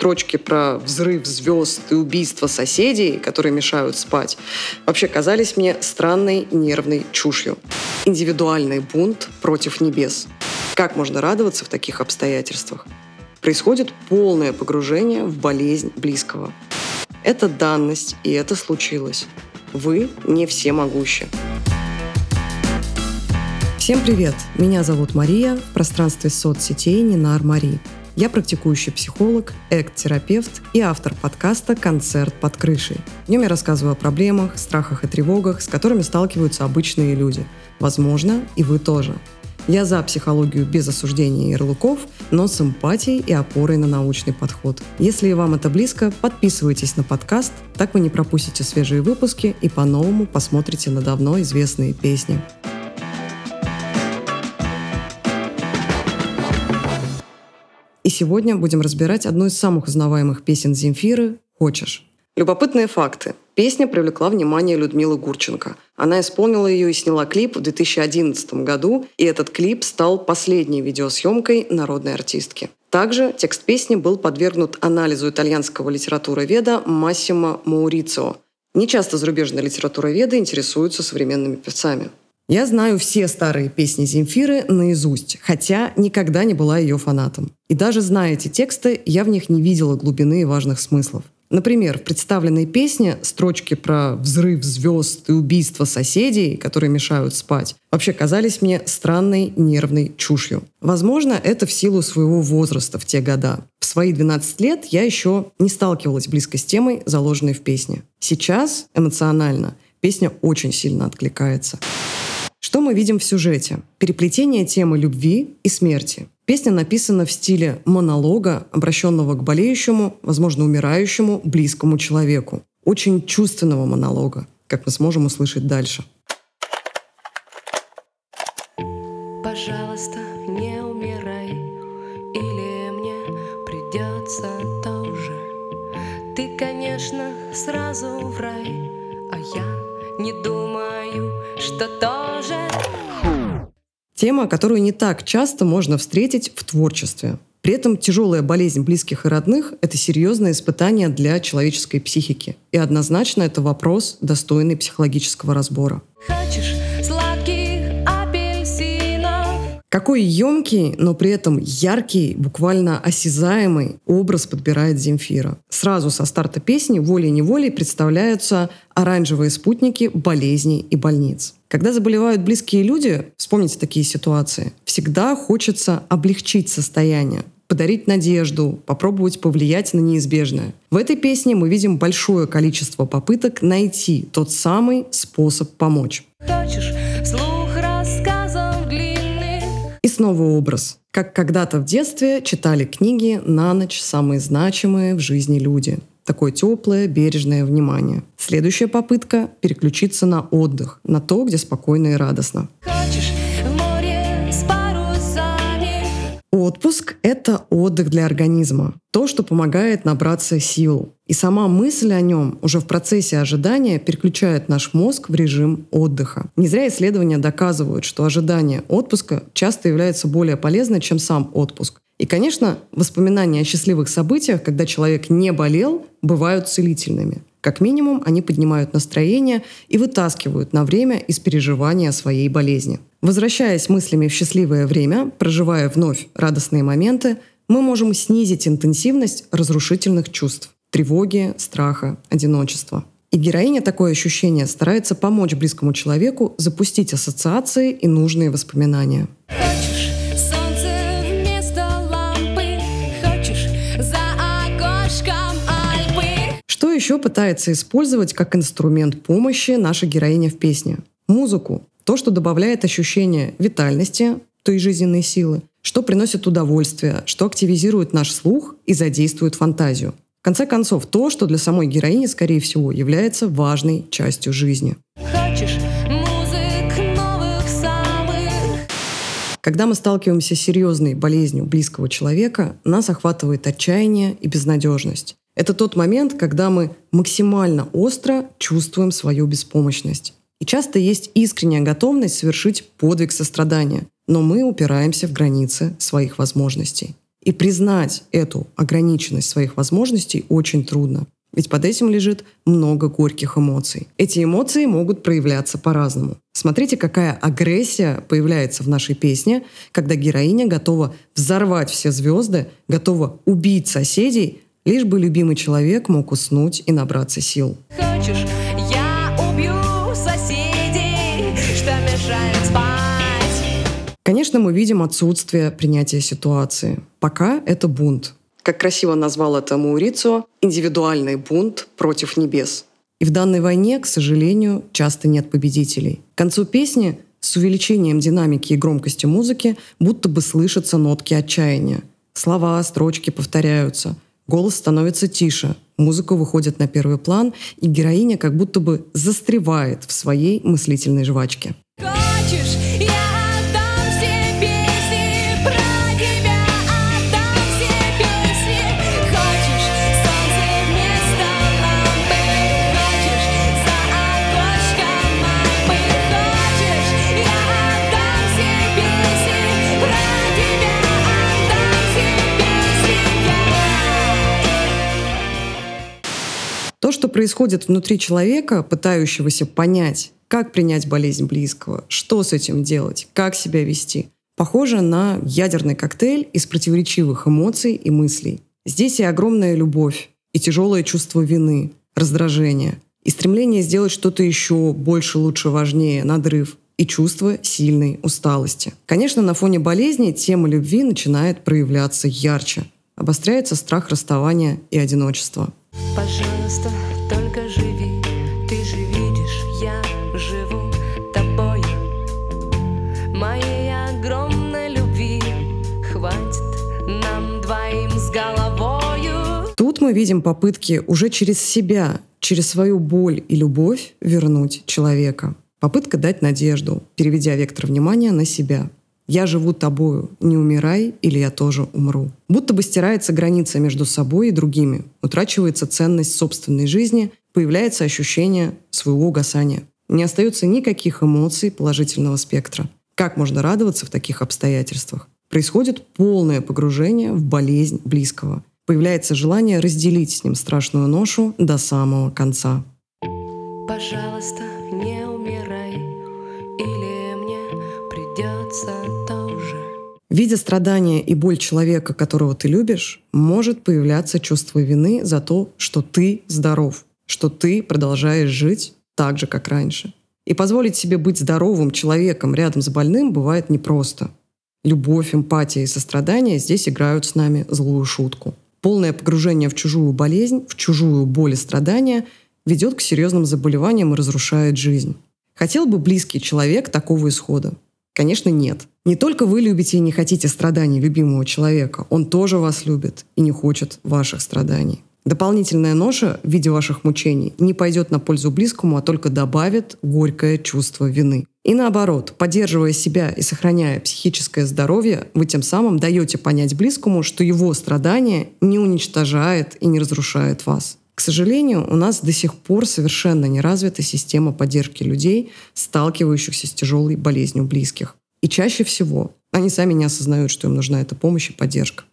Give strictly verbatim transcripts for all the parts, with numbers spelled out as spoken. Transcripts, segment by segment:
строчки про взрыв звезд и убийство соседей, которые мешают спать, вообще казались мне странной нервной чушью. Индивидуальный бунт против небес. Как можно радоваться в таких обстоятельствах? Происходит полное погружение в болезнь близкого. Это данность, и это случилось. Вы не всемогущи. Всем привет! Меня зовут Мария, в пространстве соцсетей Нинар Мари. Я практикующий психолог, экт-терапевт и автор подкаста «Концерт под крышей». В нем я рассказываю о проблемах, страхах и тревогах, с которыми сталкиваются обычные люди. Возможно, и вы тоже. Я за психологию без осуждения и ярлыков, но с эмпатией и опорой на научный подход. Если и вам это близко, подписывайтесь на подкаст, так вы не пропустите свежие выпуски и по-новому посмотрите на давно известные песни. И сегодня будем разбирать одну из самых узнаваемых песен Земфиры «Хочешь». Любопытные факты. Песня привлекла внимание Людмилы Гурченко. Она исполнила ее и сняла клип в две тысячи одиннадцатом году, и этот клип стал последней видеосъемкой народной артистки. Также текст песни был подвергнут анализу итальянского литературоведа Массимо Маурицио. Нечасто зарубежные литературоведы интересуются современными певцами. Я знаю все старые песни Земфиры наизусть, хотя никогда не была ее фанатом. И даже зная эти тексты, я в них не видела глубины и важных смыслов. Например, в представленной песне строчки про взрыв звезд и убийство соседей, которые мешают спать, вообще казались мне странной нервной чушью. Возможно, это в силу своего возраста в те года. В свои двенадцать лет я еще не сталкивалась близко с темой, заложенной в песне. Сейчас, эмоционально, песня очень сильно откликается. Что мы видим в сюжете? Переплетение темы любви и смерти. Песня написана в стиле монолога, обращенного к болеющему, возможно, умирающему, близкому человеку. Очень чувственного монолога, как мы сможем услышать дальше. Пожалуйста, не умирай, или мне придется тоже. Ты, конечно, сразу в рай, а я не думаю, что тоже. Тема, которую не так часто можно встретить в творчестве. При этом тяжелая болезнь близких и родных – это серьезное испытание для человеческой психики. И однозначно это вопрос, достойный психологического разбора. Хочешь сладких апельсинов? Какой емкий, но при этом яркий, буквально осязаемый образ подбирает Земфира. Сразу со старта песни волей-неволей представляются оранжевые спутники болезней и больниц. Когда заболевают близкие люди, вспомните такие ситуации, всегда хочется облегчить состояние, подарить надежду, попробовать повлиять на неизбежное. В этой песне мы видим большое количество попыток найти тот самый способ помочь. Хочешь слух рассказов длинных? И снова образ. Как когда-то в детстве читали книги на ночь самые значимые в жизни люди. Такое теплое, бережное внимание. Следующая попытка — переключиться на отдых, на то, где спокойно и радостно. Хочешь в море с парусами? Отпуск — это отдых для организма. То, что помогает набраться сил. И сама мысль о нем уже в процессе ожидания переключает наш мозг в режим отдыха. Не зря исследования доказывают, что ожидание отпуска часто является более полезным, чем сам отпуск. И, конечно, воспоминания о счастливых событиях, когда человек не болел, бывают целительными. Как минимум, они поднимают настроение и вытаскивают на время из переживания о своей болезни. Возвращаясь мыслями в счастливое время, проживая вновь радостные моменты, мы можем снизить интенсивность разрушительных чувств – тревоги, страха, одиночества. И героиня такое ощущение старается помочь близкому человеку запустить ассоциации и нужные воспоминания. Хочешь солнце вместо лампы? Хочешь за окошком Альпы? Что еще пытается использовать как инструмент помощи наша героиня в песне? Музыку. То, что добавляет ощущение витальности, той жизненной силы, что приносит удовольствие, что активизирует наш слух и задействует фантазию. В конце концов, то, что для самой героини, скорее всего, является важной частью жизни. Хочешь музык новых самых? Когда мы сталкиваемся с серьезной болезнью близкого человека, нас охватывает отчаяние и безнадежность. Это тот момент, когда мы максимально остро чувствуем свою беспомощность. И часто есть искренняя готовность совершить подвиг сострадания, но мы упираемся в границы своих возможностей. И признать эту ограниченность своих возможностей очень трудно. Ведь под этим лежит много горьких эмоций. Эти эмоции могут проявляться по-разному. Смотрите, какая агрессия появляется в нашей песне, когда героиня готова взорвать все звезды, готова убить соседей, лишь бы любимый человек мог уснуть и набраться сил. Хочешь, я убью соседей, что мешает спать? Конечно, мы видим отсутствие принятия ситуации. Пока это бунт. Как красиво назвал это Маурицио, индивидуальный бунт против небес. И в данной войне, к сожалению, часто нет победителей. К концу песни с увеличением динамики и громкости музыки будто бы слышатся нотки отчаяния. Слова, строчки повторяются, голос становится тише, музыка выходит на первый план, и героиня как будто бы застревает в своей мыслительной жвачке. Хочешь, я отдам все песни про тебя, отдам все песни. Хочешь, солнце вместо лампы, хочешь, за окошком Альпы. Хочешь, я отдам все песни про тебя, отдам все песни. То, что происходит внутри человека, пытающегося понять, как принять болезнь близкого, что с этим делать, как себя вести, похоже на ядерный коктейль из противоречивых эмоций и мыслей. Здесь и огромная любовь, и тяжелое чувство вины, раздражение, и стремление сделать что-то еще больше, лучше, важнее, надрыв, и чувство сильной усталости. Конечно, на фоне болезни тема любви начинает проявляться ярче. Обостряется страх расставания и одиночества. Пожалуйста, только живи, ты же видишь, я живу тобою. Моей огромной любви хватит нам двоим с головою. Тут мы видим попытки уже через себя, через свою боль и любовь вернуть человека. Попытка дать надежду, переведя вектор внимания на себя. «Я живу тобою, не умирай, или я тоже умру». Будто бы стирается граница между собой и другими, утрачивается ценность собственной жизни, появляется ощущение своего угасания. Не остается никаких эмоций положительного спектра. Как можно радоваться в таких обстоятельствах? Происходит полное погружение в болезнь близкого. Появляется желание разделить с ним страшную ношу до самого конца. Пожалуйста, не умирай, или мне придется тоже. Видя страдания и боль человека, которого ты любишь, может появляться чувство вины за то, что ты здоров, что ты продолжаешь жить так же, как раньше. И позволить себе быть здоровым человеком рядом с больным бывает непросто. Любовь, эмпатия и сострадание здесь играют с нами злую шутку. Полное погружение в чужую болезнь, в чужую боль и страдания ведет к серьезным заболеваниям и разрушает жизнь. Хотел бы близкий человек такого исхода? Конечно, нет. Не только вы любите и не хотите страданий любимого человека, он тоже вас любит и не хочет ваших страданий. Дополнительная ноша в виде ваших мучений не пойдет на пользу близкому, а только добавит горькое чувство вины. И наоборот, поддерживая себя и сохраняя психическое здоровье, вы тем самым даете понять близкому, что его страдание не уничтожает и не разрушает вас. К сожалению, у нас до сих пор совершенно не развита система поддержки людей, сталкивающихся с тяжелой болезнью близких. И чаще всего они сами не осознают, что им нужна эта помощь и поддержка.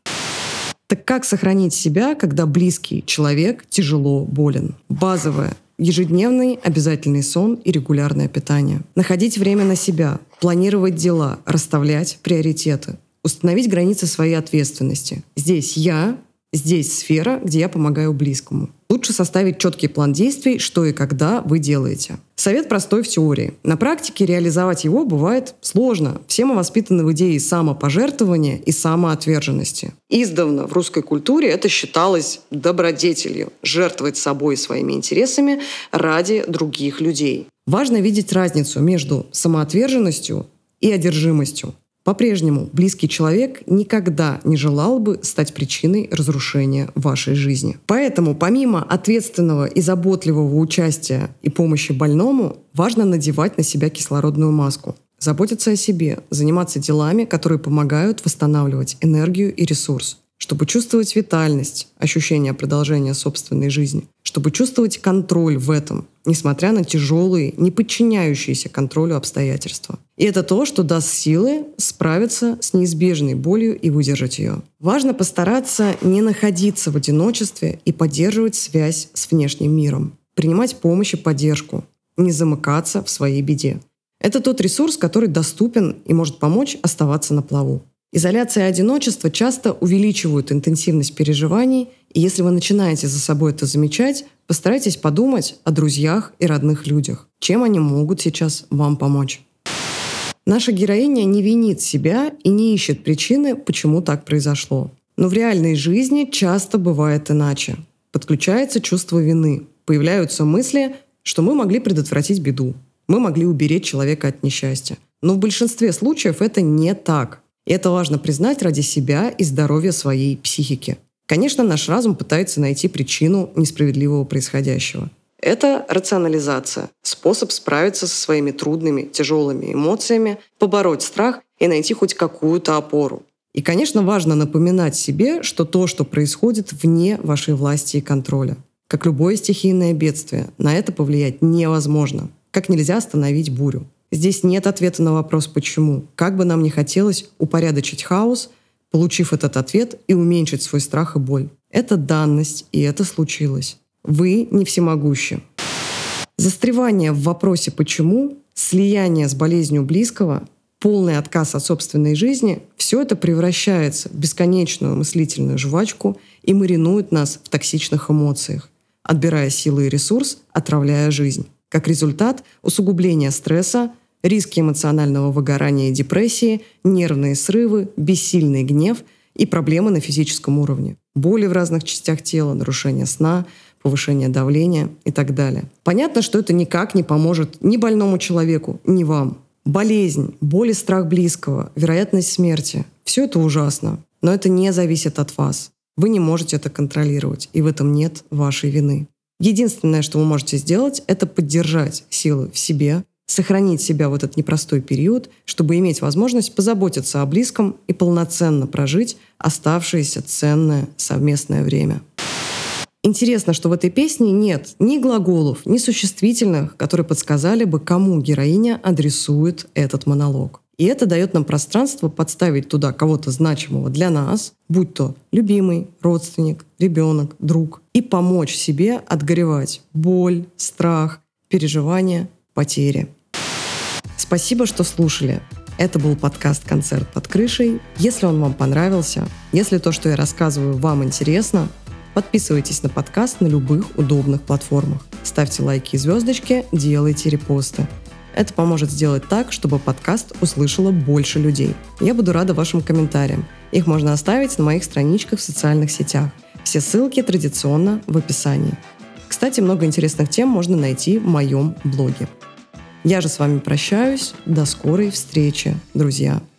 Так как сохранить себя, когда близкий человек тяжело болен? Базовое – ежедневный обязательный сон и регулярное питание. Находить время на себя, планировать дела, расставлять приоритеты. Установить границы своей ответственности. Здесь я, здесь сфера, где я помогаю близкому. Лучше составить четкий план действий, что и когда вы делаете. Совет простой в теории. На практике реализовать его бывает сложно. Все мы воспитаны в идее самопожертвования и самоотверженности. Издавна в русской культуре это считалось добродетелью – жертвовать собой и своими интересами ради других людей. Важно видеть разницу между самоотверженностью и одержимостью. По-прежнему близкий человек никогда не желал бы стать причиной разрушения вашей жизни. Поэтому помимо ответственного и заботливого участия и помощи больному, важно надевать на себя кислородную маску, заботиться о себе, заниматься делами, которые помогают восстанавливать энергию и ресурс, чтобы чувствовать витальность, ощущение продолжения собственной жизни, чтобы чувствовать контроль в этом, несмотря на тяжелые, не подчиняющиеся контролю обстоятельства. И это то, что даст силы справиться с неизбежной болью и выдержать ее. Важно постараться не находиться в одиночестве и поддерживать связь с внешним миром, принимать помощь и поддержку, не замыкаться в своей беде. Это тот ресурс, который доступен и может помочь оставаться на плаву. Изоляция и одиночество часто увеличивают интенсивность переживаний, и если вы начинаете за собой это замечать, постарайтесь подумать о друзьях и родных людях, чем они могут сейчас вам помочь. Наша героиня не винит себя и не ищет причины, почему так произошло. Но в реальной жизни часто бывает иначе. Подключается чувство вины, появляются мысли, что мы могли предотвратить беду, мы могли уберечь человека от несчастья. Но в большинстве случаев это не так. И это важно признать ради себя и здоровья своей психики. Конечно, наш разум пытается найти причину несправедливого происходящего. Это рационализация, способ справиться со своими трудными, тяжелыми эмоциями, побороть страх и найти хоть какую-то опору. И, конечно, важно напоминать себе, что то, что происходит, вне вашей власти и контроля. Как любое стихийное бедствие, на это повлиять невозможно. Как нельзя остановить бурю. Здесь нет ответа на вопрос «почему?». Как бы нам ни хотелось упорядочить хаос, получив этот ответ и уменьшить свой страх и боль. Это данность, и это случилось. Вы не всемогущи. Застревание в вопросе «почему?», слияние с болезнью близкого, полный отказ от собственной жизни — все это превращается в бесконечную мыслительную жвачку и маринует нас в токсичных эмоциях, отбирая силы и ресурс, отравляя жизнь. Как результат — усугубление стресса, риски эмоционального выгорания и депрессии, нервные срывы, бессильный гнев и проблемы на физическом уровне. Боли в разных частях тела, нарушение сна, повышение давления и так далее. Понятно, что это никак не поможет ни больному человеку, ни вам. Болезнь, боль и страх близкого, вероятность смерти — все это ужасно, но это не зависит от вас. Вы не можете это контролировать, и в этом нет вашей вины. Единственное, что вы можете сделать, это поддержать силы в себе, сохранить себя в этот непростой период, чтобы иметь возможность позаботиться о близком и полноценно прожить оставшееся ценное совместное время. Интересно, что в этой песне нет ни глаголов, ни существительных, которые подсказали бы, кому героиня адресует этот монолог. И это дает нам пространство подставить туда кого-то значимого для нас, будь то любимый, родственник, ребенок, друг, и помочь себе отгоревать боль, страх, переживания, потери. Спасибо, что слушали. Это был подкаст «Концерт под крышей». Если он вам понравился, если то, что я рассказываю, вам интересно, подписывайтесь на подкаст на любых удобных платформах. Ставьте лайки и звездочки, делайте репосты. Это поможет сделать так, чтобы подкаст услышало больше людей. Я буду рада вашим комментариям. Их можно оставить на моих страничках в социальных сетях. Все ссылки традиционно в описании. Кстати, много интересных тем можно найти в моем блоге. Я же с вами прощаюсь. До скорой встречи, друзья.